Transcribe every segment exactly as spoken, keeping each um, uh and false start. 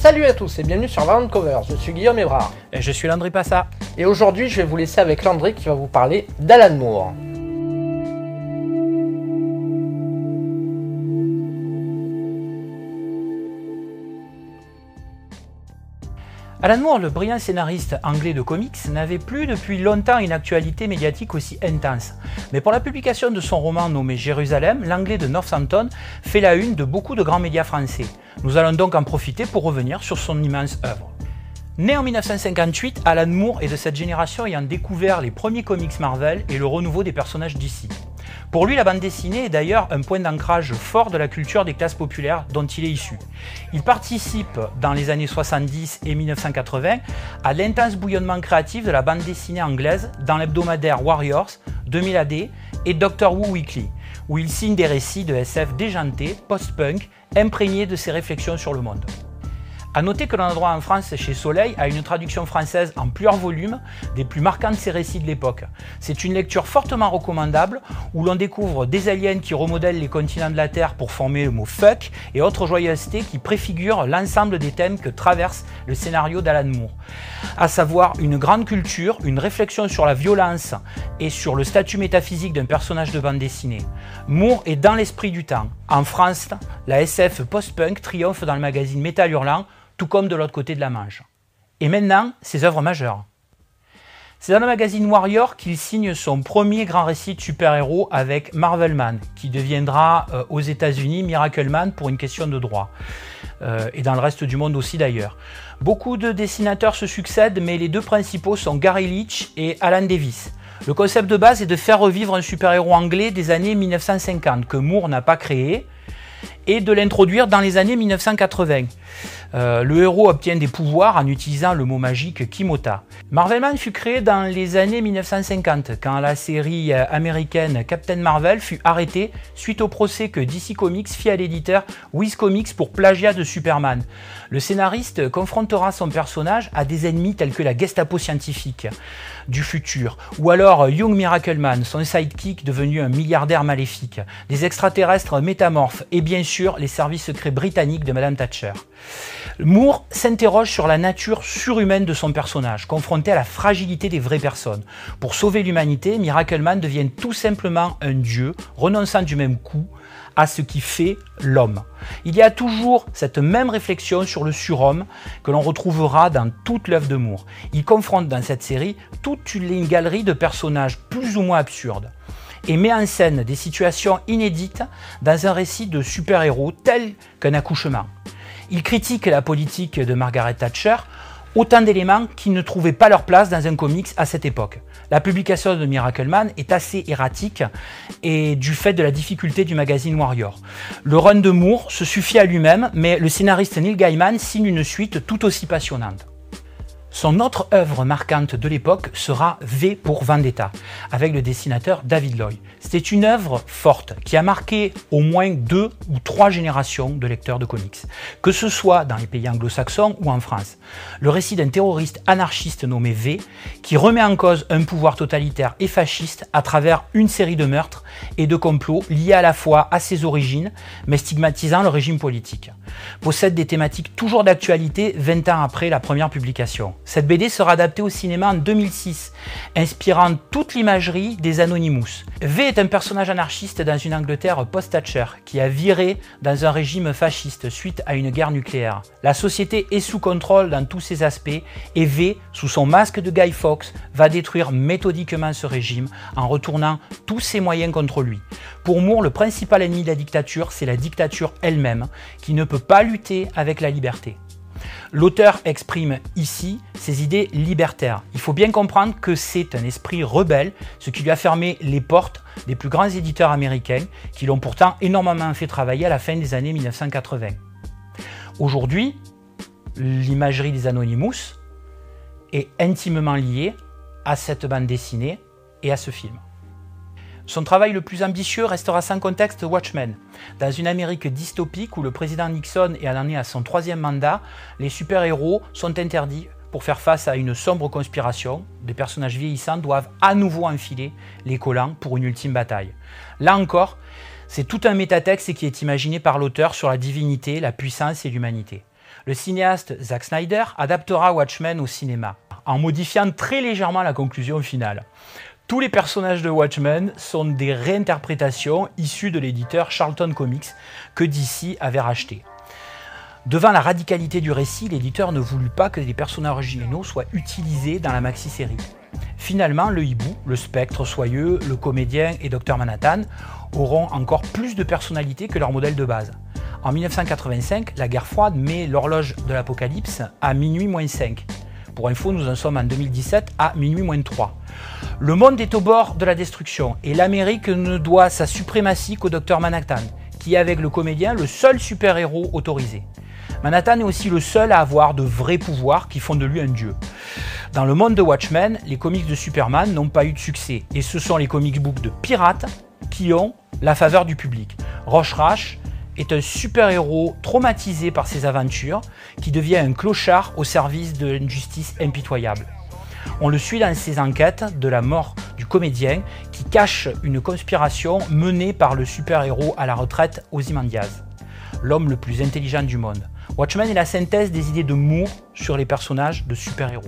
Salut à tous et bienvenue sur Variant Cover, je suis Guillaume Ebrard. Et je suis Landry Passa. Et aujourd'hui je vais vous laisser avec Landry qui va vous parler d'Alan Moore. Alan Moore, le brillant scénariste anglais de comics, n'avait plus depuis longtemps une actualité médiatique aussi intense. Mais pour la publication de son roman nommé Jérusalem, l'anglais de Northampton fait la une de beaucoup de grands médias français. Nous allons donc en profiter pour revenir sur son immense œuvre. Né en mille neuf cent cinquante-huit, Alan Moore est de cette génération ayant découvert les premiers comics Marvel et le renouveau des personnages D C. Pour lui, la bande dessinée est d'ailleurs un point d'ancrage fort de la culture des classes populaires dont il est issu. Il participe dans les années soixante-dix et mille neuf cent quatre-vingts à l'intense bouillonnement créatif de la bande dessinée anglaise dans l'hebdomadaire Warriors, deux mille A D et Doctor Who Weekly, où il signe des récits de S F déjantés, post-punk, imprégnés de ses réflexions sur le monde. A noter que l'on a droit en France chez Soleil à une traduction française en plusieurs volumes des plus marquants de ses récits de l'époque. C'est une lecture fortement recommandable où l'on découvre des aliens qui remodèlent les continents de la Terre pour former le mot fuck et autres joyeusetés qui préfigurent l'ensemble des thèmes que traverse le scénario d'Alan Moore. À savoir une grande culture, une réflexion sur la violence et sur le statut métaphysique d'un personnage de bande dessinée. Moore est dans l'esprit du temps. En France, la S F post-punk triomphe dans le magazine Métal Hurlant, tout comme de l'autre côté de la Manche. Et maintenant, ses œuvres majeures. C'est dans le magazine Warrior qu'il signe son premier grand récit de super-héros avec Marvel Man, qui deviendra euh, aux États-Unis Miracle Man pour une question de droit, euh, et dans le reste du monde aussi d'ailleurs. Beaucoup de dessinateurs se succèdent, mais les deux principaux sont Gary Leach et Alan Davis. Le concept de base est de faire revivre un super-héros anglais des années mille neuf cent cinquante, que Moore n'a pas créé, et de l'introduire dans les années mille neuf cent quatre-vingts. Euh, le héros obtient des pouvoirs en utilisant le mot magique Kimota. Marvelman fut créé dans les années mille neuf cent cinquante, quand la série américaine Captain Marvel fut arrêtée suite au procès que D C Comics fit à l'éditeur Wiz Comics pour plagiat de Superman. Le scénariste confrontera son personnage à des ennemis tels que la Gestapo scientifique du futur, ou alors Young Miracleman, son sidekick devenu un milliardaire maléfique, des extraterrestres métamorphes et bien sûr les services secrets britanniques de Madame Thatcher. Moore s'interroge sur la nature surhumaine de son personnage, confronté à la fragilité des vraies personnes. Pour sauver l'humanité, Miracleman devient tout simplement un dieu, renonçant du même coup à ce qui fait l'homme. Il y a toujours cette même réflexion sur le surhomme que l'on retrouvera dans toute l'œuvre de Moore. Il confronte dans cette série toute une galerie de personnages plus ou moins absurdes et met en scène des situations inédites dans un récit de super-héros tel qu'un accouchement. Il critique la politique de Margaret Thatcher, autant d'éléments qui ne trouvaient pas leur place dans un comics à cette époque. La publication de Miracle Man est assez erratique et du fait de la difficulté du magazine Warrior. Le run de Moore se suffit à lui-même, mais le scénariste Neil Gaiman signe une suite tout aussi passionnante. Son autre œuvre marquante de l'époque sera V pour Vendetta, avec le dessinateur David Lloyd. C'est une œuvre forte qui a marqué au moins deux ou trois générations de lecteurs de comics, que ce soit dans les pays anglo-saxons ou en France. Le récit d'un terroriste anarchiste nommé V, qui remet en cause un pouvoir totalitaire et fasciste à travers une série de meurtres et de complots liés à la fois à ses origines, mais stigmatisant le régime politique. Possède des thématiques toujours d'actualité vingt ans après la première publication. Cette B D sera adaptée au cinéma en deux mille six, inspirant toute l'imagerie des Anonymous. V est un personnage anarchiste dans une Angleterre post-Thatcher qui a viré dans un régime fasciste suite à une guerre nucléaire. La société est sous contrôle dans tous ses aspects et V, sous son masque de Guy Fawkes, va détruire méthodiquement ce régime en retournant tous ses moyens contre lui. Pour Moore, le principal ennemi de la dictature, c'est la dictature elle-même, qui ne peut pas lutter avec la liberté. L'auteur exprime ici ses idées libertaires. Il faut bien comprendre que c'est un esprit rebelle, ce qui lui a fermé les portes des plus grands éditeurs américains qui l'ont pourtant énormément fait travailler à la fin des années mille neuf cent quatre-vingts. Aujourd'hui, l'imagerie des Anonymous est intimement liée à cette bande dessinée et à ce film. Son travail le plus ambitieux restera sans contexte Watchmen. Dans une Amérique dystopique où le président Nixon est en est à son troisième mandat, les super-héros sont interdits pour faire face à une sombre conspiration. Des personnages vieillissants doivent à nouveau enfiler les collants pour une ultime bataille. Là encore, c'est tout un métatexte qui est imaginé par l'auteur sur la divinité, la puissance et l'humanité. Le cinéaste Zack Snyder adaptera Watchmen au cinéma, en modifiant très légèrement la conclusion finale. Tous les personnages de Watchmen sont des réinterprétations issues de l'éditeur Charlton Comics que D C avait racheté. Devant la radicalité du récit, l'éditeur ne voulut pas que les personnages originaux soient utilisés dans la maxi-série. Finalement, le hibou, le spectre soyeux, le comédien et Docteur Manhattan auront encore plus de personnalité que leur modèle de base. En mille neuf cent quatre-vingt-cinq, la guerre froide met l'horloge de l'apocalypse à minuit moins cinq. Pour info, nous en sommes en deux mille dix-sept à minuit moins trois. Le monde est au bord de la destruction et l'Amérique ne doit sa suprématie qu'au Docteur Manhattan, qui est avec le comédien le seul super-héros autorisé. Manhattan est aussi le seul à avoir de vrais pouvoirs qui font de lui un dieu. Dans le monde de Watchmen, les comics de Superman n'ont pas eu de succès et ce sont les comic books de pirates qui ont la faveur du public. Roche Rash est un super-héros traumatisé par ses aventures qui devient un clochard au service d'une justice impitoyable. On le suit dans ses enquêtes de la mort du comédien qui cache une conspiration menée par le super-héros à la retraite Ozymandias, l'homme le plus intelligent du monde. Watchmen est la synthèse des idées de Moore sur les personnages de super-héros.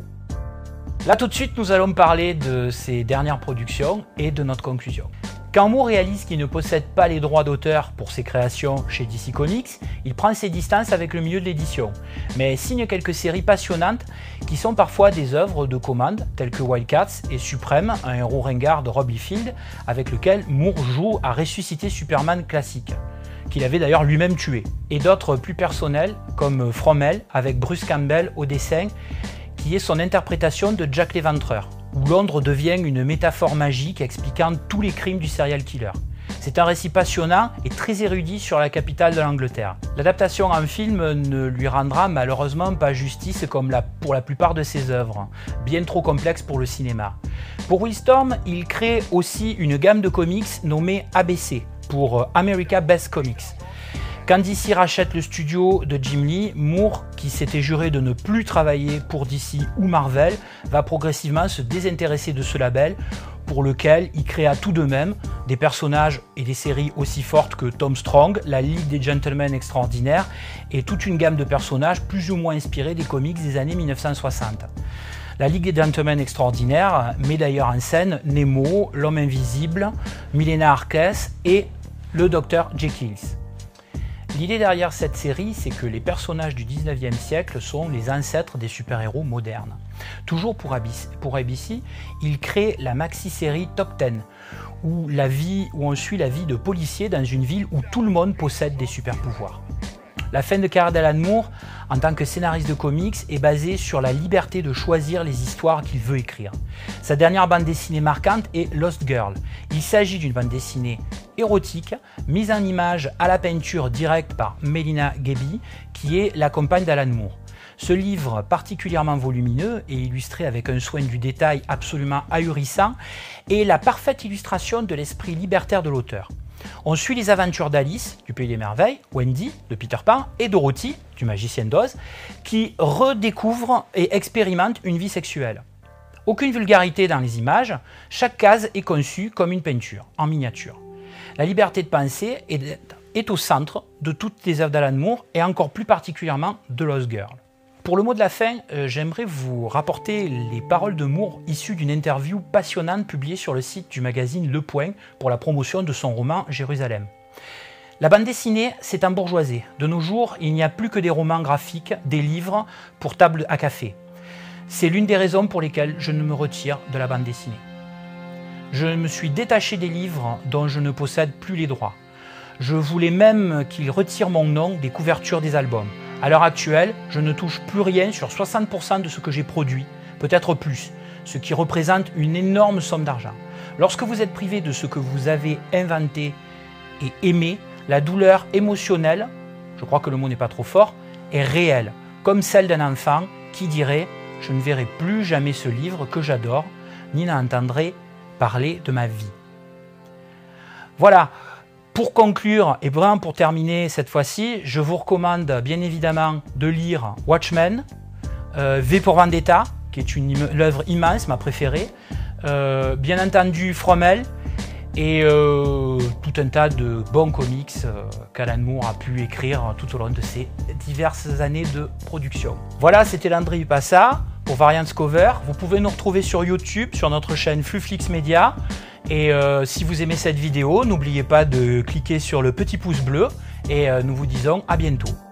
Là tout de suite, nous allons parler de ses dernières productions et de notre conclusion. Quand Moore réalise qu'il ne possède pas les droits d'auteur pour ses créations chez D C Comics, il prend ses distances avec le milieu de l'édition, mais signe quelques séries passionnantes qui sont parfois des œuvres de commande, telles que Wildcats et Supreme, un héros ringard de Rob Liefeld, avec lequel Moore joue à ressusciter Superman classique, qu'il avait d'ailleurs lui-même tué, et d'autres plus personnels comme From Hell avec Bruce Campbell au dessin, qui est son interprétation de Jack l'Éventreur, où Londres devient une métaphore magique expliquant tous les crimes du serial killer. C'est un récit passionnant et très érudit sur la capitale de l'Angleterre. L'adaptation en film ne lui rendra malheureusement pas justice comme la, pour la plupart de ses œuvres, bien trop complexes pour le cinéma. Pour Wildstorm, il crée aussi une gamme de comics nommée A B C, pour America Best Comics. Quand D C rachète le studio de Jim Lee, Moore, qui s'était juré de ne plus travailler pour D C ou Marvel, va progressivement se désintéresser de ce label pour lequel il créa tout de même des personnages et des séries aussi fortes que Tom Strong, la Ligue des Gentlemen Extraordinaires et toute une gamme de personnages plus ou moins inspirés des comics des années mille neuf cent soixante. La Ligue des Gentlemen Extraordinaires met d'ailleurs en scène Nemo, l'Homme Invisible, Milena Harkness et le Docteur Jekyll. L'idée derrière cette série, c'est que les personnages du dix-neuvième siècle sont les ancêtres des super-héros modernes. Toujours pour A B C, il crée la maxi-série Top dix, où, la vie, où on suit la vie de policiers dans une ville où tout le monde possède des super-pouvoirs. La fin de carrière d'Alan Moore, en tant que scénariste de comics, est basée sur la liberté de choisir les histoires qu'il veut écrire. Sa dernière bande dessinée marquante est Lost Girl. Il s'agit d'une bande dessinée érotique, mise en image à la peinture directe par Melina Gebbie, qui est la compagne d'Alan Moore. Ce livre particulièrement volumineux et illustré avec un soin du détail absolument ahurissant est la parfaite illustration de l'esprit libertaire de l'auteur. On suit les aventures d'Alice, du Pays des Merveilles, Wendy, de Peter Pan, et Dorothy, du Magicien d'Oz, qui redécouvrent et expérimentent une vie sexuelle. Aucune vulgarité dans les images, chaque case est conçue comme une peinture, en miniature. La liberté de penser est, est au centre de toutes les œuvres d'Alan Moore, et encore plus particulièrement de Lost Girl. Pour le mot de la fin, euh, j'aimerais vous rapporter les paroles de Moore issues d'une interview passionnante publiée sur le site du magazine Le Point pour la promotion de son roman Jérusalem. La bande dessinée s'est embourgeoisée. De nos jours, il n'y a plus que des romans graphiques, des livres pour table à café. C'est l'une des raisons pour lesquelles je ne me retire de la bande dessinée. Je me suis détaché des livres dont je ne possède plus les droits. Je voulais même qu'ils retirent mon nom des couvertures des albums. À l'heure actuelle, je ne touche plus rien sur soixante pour cent de ce que j'ai produit, peut-être plus, ce qui représente une énorme somme d'argent. Lorsque vous êtes privé de ce que vous avez inventé et aimé, la douleur émotionnelle, je crois que le mot n'est pas trop fort, est réelle, comme celle d'un enfant qui dirait « Je ne verrai plus jamais ce livre que j'adore, ni n'entendrai parler de ma vie ». Voilà. Pour conclure et vraiment pour terminer cette fois-ci, je vous recommande bien évidemment de lire Watchmen, euh, V pour Vendetta, qui est une œuvre immense, ma préférée, euh, bien entendu From Hell, et euh, tout un tas de bons comics euh, qu'Alan Moore a pu écrire tout au long de ses diverses années de production. Voilà, c'était Landry Passa pour Variance Cover. Vous pouvez nous retrouver sur YouTube, sur notre chaîne Fluflix Media. Et euh, si vous aimez cette vidéo, n'oubliez pas de cliquer sur le petit pouce bleu et euh, nous vous disons à bientôt.